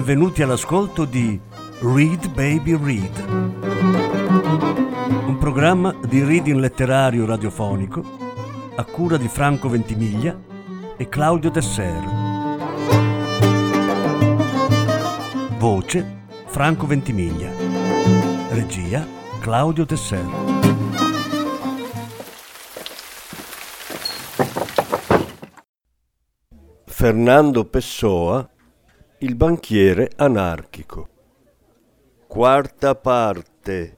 benvenuti all'ascolto di Read Baby Read, un programma di reading letterario radiofonico a cura di Franco Ventimiglia e Claudio Desser. Voce Franco Ventimiglia. Regia Claudio Desser. Fernando Pessoa, il banchiere anarchico. Quarta parte.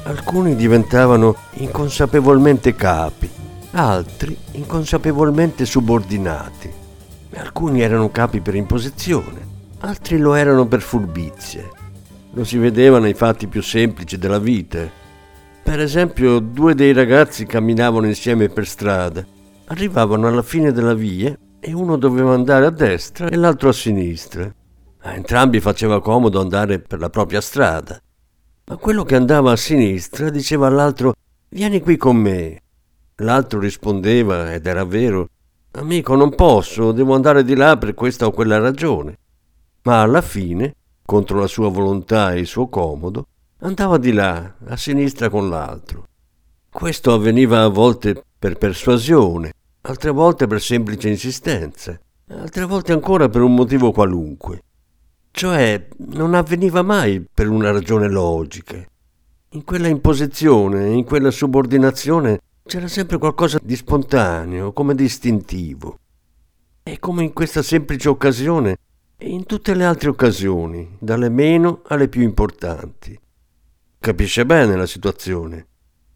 Alcuni diventavano inconsapevolmente capi, altri inconsapevolmente subordinati. Alcuni erano capi per imposizione, altri lo erano per furbizie. Lo si vedeva nei fatti più semplici della vita. Per esempio, 2 dei ragazzi camminavano insieme per strada. Arrivavano alla fine della via e uno doveva andare a destra e l'altro a sinistra. A entrambi faceva comodo andare per la propria strada. Ma quello che andava a sinistra diceva all'altro: «Vieni qui con me». L'altro rispondeva, ed era vero: «Amico, non posso, devo andare di là per questa o quella ragione». Ma alla fine, contro la sua volontà e il suo comodo, andava di là, a sinistra con l'altro. Questo avveniva a volte per persuasione, altre volte per semplice insistenza, altre volte ancora per un motivo qualunque. Cioè, non avveniva mai per una ragione logica. In quella imposizione, in quella subordinazione, c'era sempre qualcosa di spontaneo, come di istintivo. E come in questa semplice occasione e in tutte le altre occasioni, dalle meno alle più importanti. Capisce bene la situazione?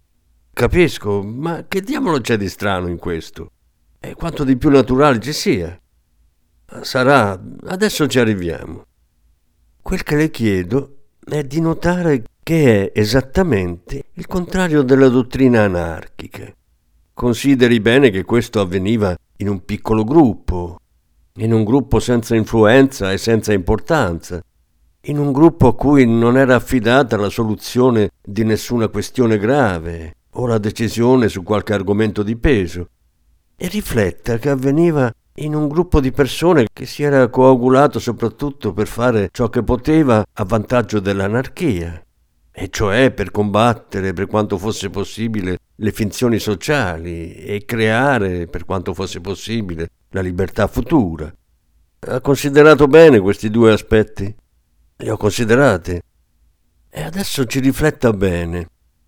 Capisco, ma che diavolo c'è di strano in questo? E quanto di più naturale ci sia. Sarà, adesso ci arriviamo. Quel che le chiedo è di notare che è esattamente il contrario della dottrina anarchica. Consideri bene che questo avveniva in un piccolo gruppo, in un gruppo senza influenza e senza importanza, in un gruppo a cui non era affidata la soluzione di nessuna questione grave o la decisione su qualche argomento di peso, e rifletta che avveniva in un gruppo di persone che si era coagulato soprattutto per fare ciò che poteva a vantaggio dell'anarchia, e cioè per combattere per quanto fosse possibile le finzioni sociali e creare per quanto fosse possibile la libertà futura. Ha considerato bene questi 2 aspetti? Li ho considerati. E adesso ci rifletta bene.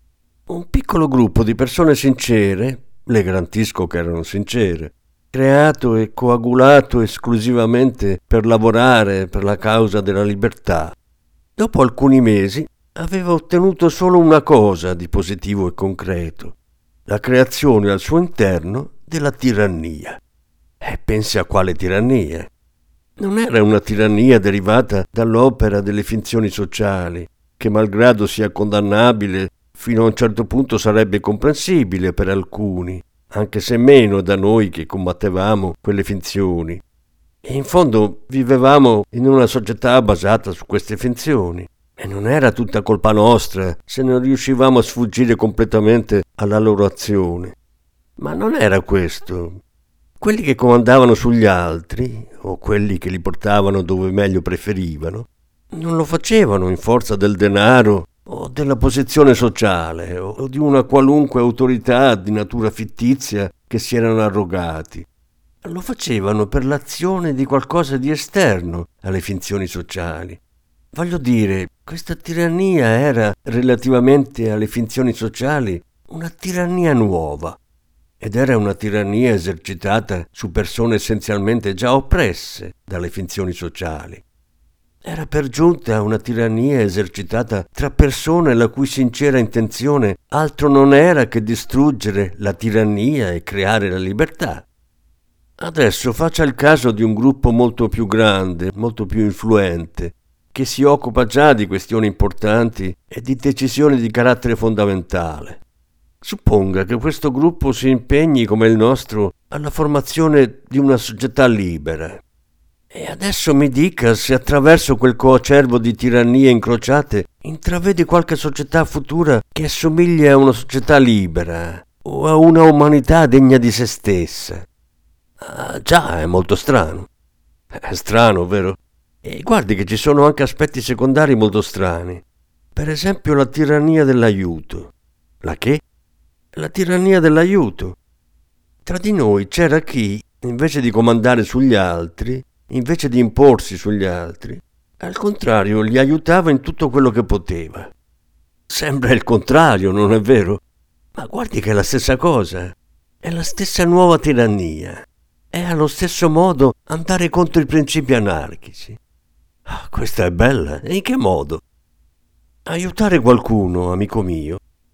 Un piccolo gruppo di persone sincere, le garantisco che erano sincere, creato e coagulato esclusivamente per lavorare per la causa della libertà, dopo alcuni mesi aveva ottenuto solo una cosa di positivo e concreto: la creazione al suo interno della tirannia. E pensi a quale tirannia? Non era una tirannia derivata dall'opera delle finzioni sociali, che malgrado sia condannabile, fino a un certo punto sarebbe comprensibile per alcuni, anche se meno da noi che combattevamo quelle finzioni. E in fondo vivevamo in una società basata su queste finzioni. E non era tutta colpa nostra se non riuscivamo a sfuggire completamente alla loro azione. Ma non era questo. Quelli che comandavano sugli altri, o quelli che li portavano dove meglio preferivano, non lo facevano in forza del denaro o della posizione sociale o di una qualunque autorità di natura fittizia che si erano arrogati. Lo facevano per l'azione di qualcosa di esterno alle finzioni sociali. Voglio dire, questa tirannia era, relativamente alle finzioni sociali, una tirannia nuova, ed era una tirannia esercitata su persone essenzialmente già oppresse dalle finzioni sociali. Era per giunta una tirannia esercitata tra persone la cui sincera intenzione altro non era che distruggere la tirannia e creare la libertà. Adesso faccia il caso di un gruppo molto più grande, molto più influente, che si occupa già di questioni importanti e di decisioni di carattere fondamentale. Supponga che questo gruppo si impegni come il nostro alla formazione di una società libera. E adesso mi dica se attraverso quel coacervo di tirannie incrociate intravede qualche società futura che assomigli a una società libera o a una umanità degna di se stessa. Ah, già, è molto strano. È strano, vero? E guardi che ci sono anche aspetti secondari molto strani. Per esempio la tirannia dell'aiuto. La che? La tirannia dell'aiuto. Tra di noi c'era chi, invece di comandare sugli altri, invece di imporsi sugli altri, al contrario li aiutava in tutto quello che poteva. Sembra il contrario, non è vero? Ma guardi che è la stessa cosa. È la stessa nuova tirannia. È allo stesso modo andare contro i principi anarchici. Questa è bella. E in che modo? Aiutare qualcuno, amico mio,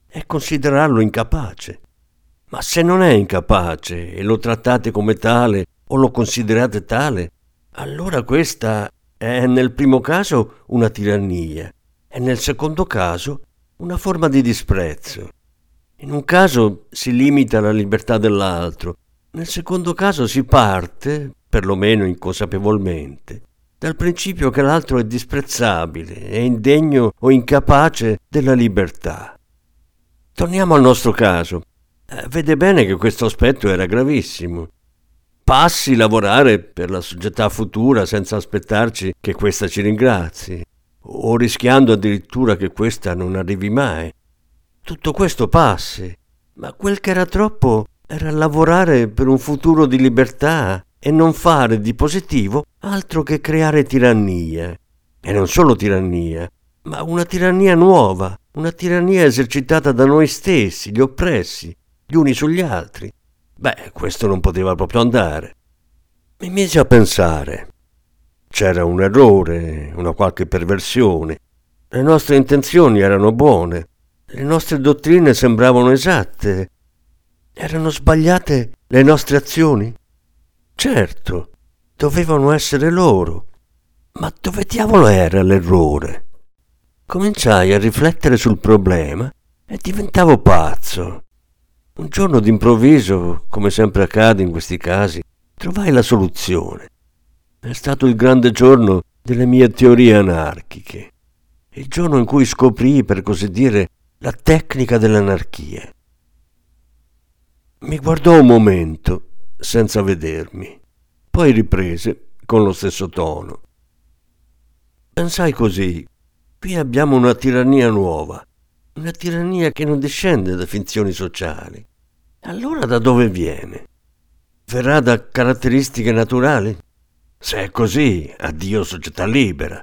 è considerarlo incapace. Ma se non è incapace e lo trattate come tale o lo considerate tale, allora questa è nel primo caso una tirannia e nel secondo caso una forma di disprezzo. In un caso si limita la libertà dell'altro, nel secondo caso si parte, perlomeno inconsapevolmente, dal principio che l'altro è disprezzabile, è indegno o incapace della libertà. Torniamo al nostro caso. Vede bene che questo aspetto era gravissimo. Passi lavorare per la società futura senza aspettarci che questa ci ringrazi, o rischiando addirittura che questa non arrivi mai. Tutto questo passi, ma quel che era troppo era lavorare per un futuro di libertà e non fare di positivo altro che creare tirannia. E non solo tirannia, ma una tirannia nuova, una tirannia esercitata da noi stessi, gli oppressi, gli uni sugli altri. Questo non poteva proprio andare. Mi mise a pensare. C'era un errore, una qualche perversione. Le nostre intenzioni erano buone, le nostre dottrine sembravano esatte. Erano sbagliate le nostre azioni? Certo, dovevano essere loro. Ma dove diavolo era l'errore? Cominciai a riflettere sul problema e diventavo pazzo. Un giorno d'improvviso, come sempre accade in questi casi, trovai la soluzione. È stato il grande giorno delle mie teorie anarchiche. Il giorno in cui scoprii, per così dire, la tecnica dell'anarchia. Mi guardò un momento, senza vedermi. Poi riprese con lo stesso tono. Pensai così: qui abbiamo una tirannia nuova, una tirannia che non discende da finzioni sociali. Allora da dove viene? Verrà da caratteristiche naturali? Se è così, addio società libera.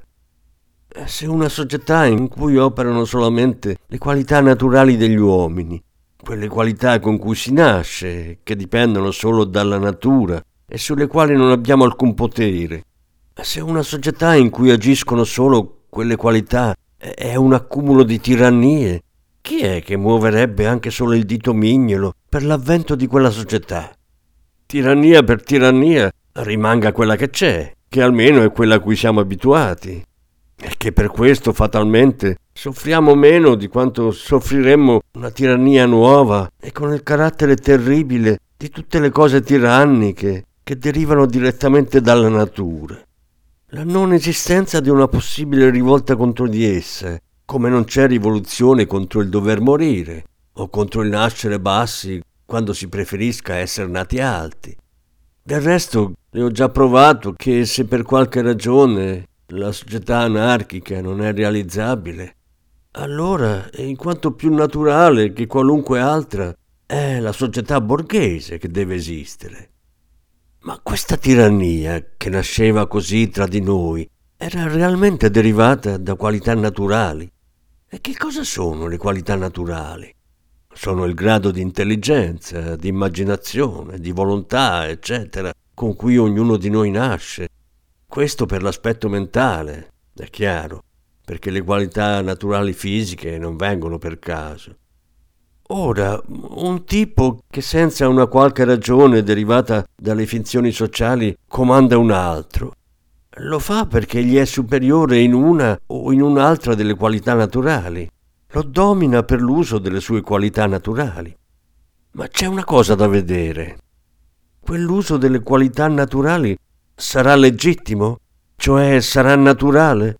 Se una società in cui operano solamente le qualità naturali degli uomini, quelle qualità con cui si nasce, che dipendono solo dalla natura e sulle quali non abbiamo alcun potere, se una società in cui agiscono solo quelle qualità è un accumulo di tirannie, chi è che muoverebbe anche solo il dito mignolo per l'avvento di quella società? Tirannia per tirannia rimanga quella che c'è, che almeno è quella a cui siamo abituati, e che per questo fatalmente soffriamo meno di quanto soffriremmo una tirannia nuova e con il carattere terribile di tutte le cose tiranniche che derivano direttamente dalla natura. La non esistenza di una possibile rivolta contro di essa, come non c'è rivoluzione contro il dover morire o contro il nascere bassi quando si preferisca essere nati alti. Del resto, le ho già provato che se per qualche ragione la società anarchica non è realizzabile, allora è in quanto più naturale che qualunque altra è la società borghese che deve esistere. Ma questa tirannia che nasceva così tra di noi era realmente derivata da qualità naturali. E che cosa sono le qualità naturali? Sono il grado di intelligenza, di immaginazione, di volontà, eccetera, con cui ognuno di noi nasce. Questo per l'aspetto mentale, è chiaro, perché le qualità naturali fisiche non vengono per caso. Ora, un tipo che senza una qualche ragione derivata dalle finzioni sociali comanda un altro, lo fa perché gli è superiore in una o in un'altra delle qualità naturali. Lo domina per l'uso delle sue qualità naturali. Ma c'è una cosa da vedere. Quell'uso delle qualità naturali sarà legittimo? Cioè sarà naturale?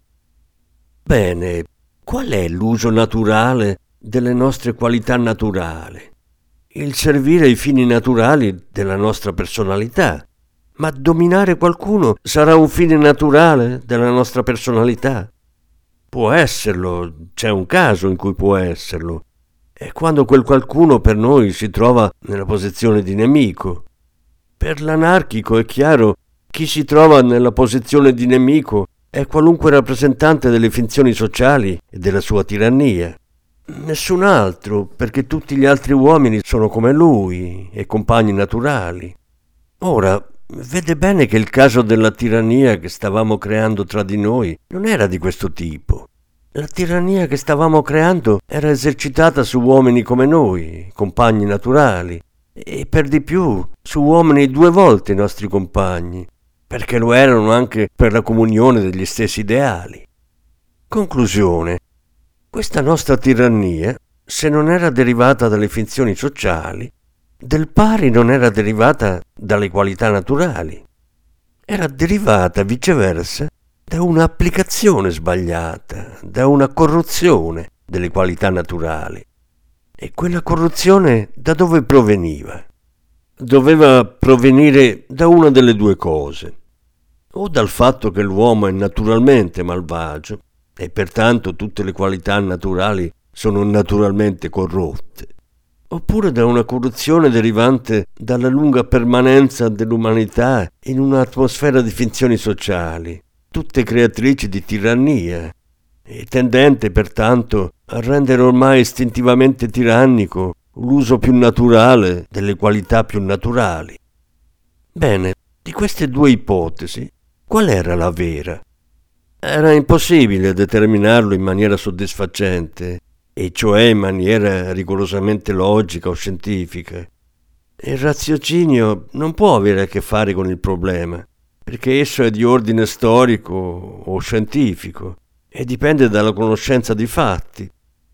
Bene, qual è l'uso naturale delle nostre qualità naturali? Il servire ai fini naturali della nostra personalità. Ma dominare qualcuno sarà un fine naturale della nostra personalità? Può esserlo, c'è un caso in cui può esserlo. È quando quel qualcuno per noi si trova nella posizione di nemico. Per l'anarchico è chiaro, chi si trova nella posizione di nemico è qualunque rappresentante delle finzioni sociali e della sua tirannia. Nessun altro, perché tutti gli altri uomini sono come lui e compagni naturali. Ora, vede bene che il caso della tirannia che stavamo creando tra di noi non era di questo tipo. La tirannia che stavamo creando era esercitata su uomini come noi, compagni naturali, e per di più su uomini 2 volte i nostri compagni, perché lo erano anche per la comunione degli stessi ideali. Conclusione: questa nostra tirannia, se non era derivata dalle finzioni sociali, del pari non era derivata dalle qualità naturali. Era derivata, viceversa, da un'applicazione sbagliata, da una corruzione delle qualità naturali. E quella corruzione da dove proveniva? Doveva provenire da una delle 2 cose: o dal fatto che l'uomo è naturalmente malvagio e pertanto tutte le qualità naturali sono naturalmente corrotte, oppure da una corruzione derivante dalla lunga permanenza dell'umanità in un'atmosfera di finzioni sociali, tutte creatrici di tirannia, e tendente pertanto a rendere ormai istintivamente tirannico l'uso più naturale delle qualità più naturali. Bene, di queste 2 ipotesi, qual era la vera? Era impossibile determinarlo in maniera soddisfacente, e cioè in maniera rigorosamente logica o scientifica. Il raziocinio non può avere a che fare con il problema, perché esso è di ordine storico o scientifico e dipende dalla conoscenza di fatti.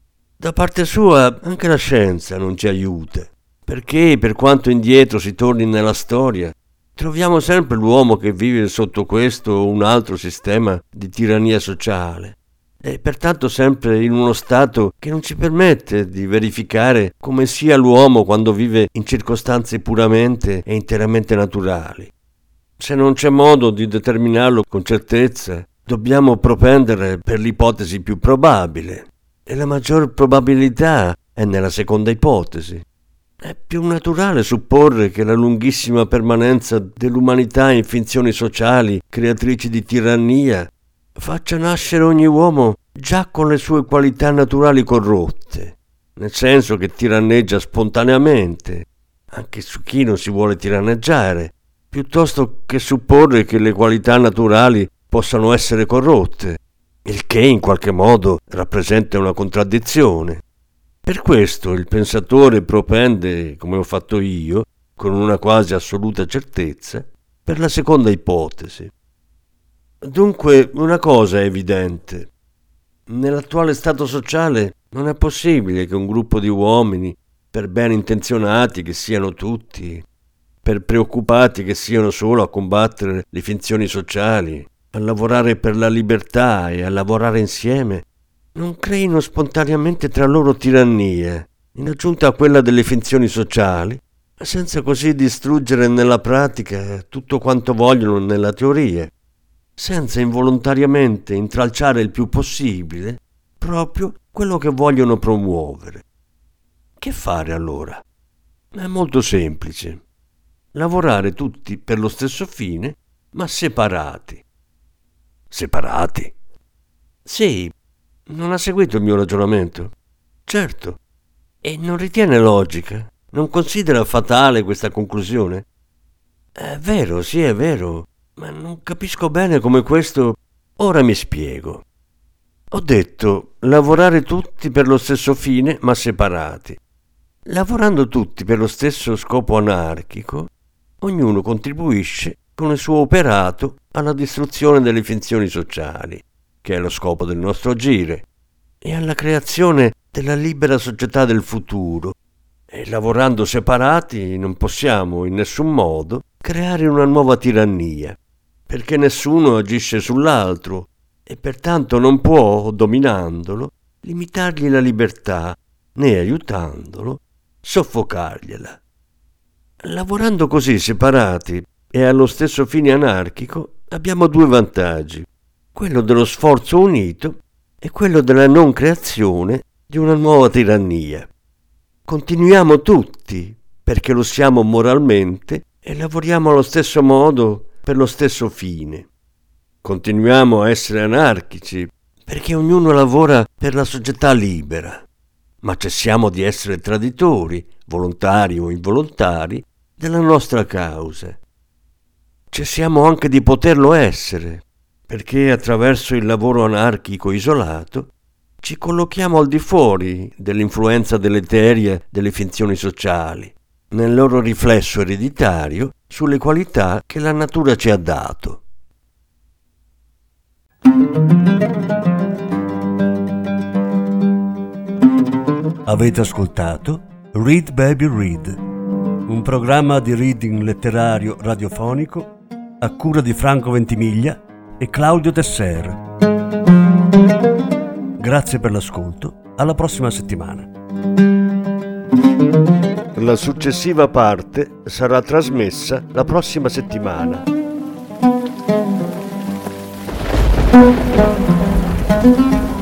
Da parte sua anche la scienza non ci aiuta, perché per quanto indietro si torni nella storia, troviamo sempre l'uomo che vive sotto questo o un altro sistema di tirannia sociale, e pertanto sempre in uno stato che non ci permette di verificare come sia l'uomo quando vive in circostanze puramente e interamente naturali. Se non c'è modo di determinarlo con certezza, dobbiamo propendere per l'ipotesi più probabile, e la maggior probabilità è nella seconda ipotesi. È più naturale supporre che la lunghissima permanenza dell'umanità in finzioni sociali creatrici di tirannia faccia nascere ogni uomo già con le sue qualità naturali corrotte, nel senso che tiranneggia spontaneamente, anche su chi non si vuole tiranneggiare, piuttosto che supporre che le qualità naturali possano essere corrotte, il che in qualche modo rappresenta una contraddizione. Per questo il pensatore propende, come ho fatto io, con una quasi assoluta certezza, per la seconda ipotesi. Dunque, una cosa è evidente. Nell'attuale stato sociale non è possibile che un gruppo di uomini, per ben intenzionati che siano tutti, per preoccupati che siano solo a combattere le finzioni sociali, a lavorare per la libertà e a lavorare insieme, non creino spontaneamente tra loro tirannia, in aggiunta a quella delle finzioni sociali, senza così distruggere nella pratica tutto quanto vogliono nella teoria, senza involontariamente intralciare il più possibile proprio quello che vogliono promuovere. Che fare allora? È molto semplice. Lavorare tutti per lo stesso fine, ma separati. Separati? Sì, non ha seguito il mio ragionamento? Certo. E non ritiene logica? Non considera fatale questa conclusione? È vero, sì, è vero, ma non capisco bene come questo... Ora mi spiego. Ho detto lavorare tutti per lo stesso fine, ma separati. Lavorando tutti per lo stesso scopo anarchico, ognuno contribuisce con il suo operato alla distruzione delle finzioni sociali, che è lo scopo del nostro agire, e alla creazione della libera società del futuro. E lavorando separati non possiamo in nessun modo creare una nuova tirannia, perché nessuno agisce sull'altro e pertanto non può, dominandolo, limitargli la libertà, né aiutandolo, soffocargliela. Lavorando così separati e allo stesso fine anarchico abbiamo 2 vantaggi, quello dello sforzo unito e quello della non creazione di una nuova tirannia. Continuiamo tutti, perché lo siamo moralmente, e lavoriamo allo stesso modo per lo stesso fine. Continuiamo a essere anarchici, perché ognuno lavora per la società libera, ma cessiamo di essere traditori, volontari o involontari, della nostra causa. Cessiamo anche di poterlo essere, perché attraverso il lavoro anarchico isolato ci collochiamo al di fuori dell'influenza deleteria delle finzioni sociali, nel loro riflesso ereditario sulle qualità che la natura ci ha dato. Avete ascoltato Read Baby Read, un programma di reading letterario radiofonico a cura di Franco Ventimiglia e Claudio Tesser. Grazie per l'ascolto, alla prossima settimana. La successiva parte sarà trasmessa la prossima settimana.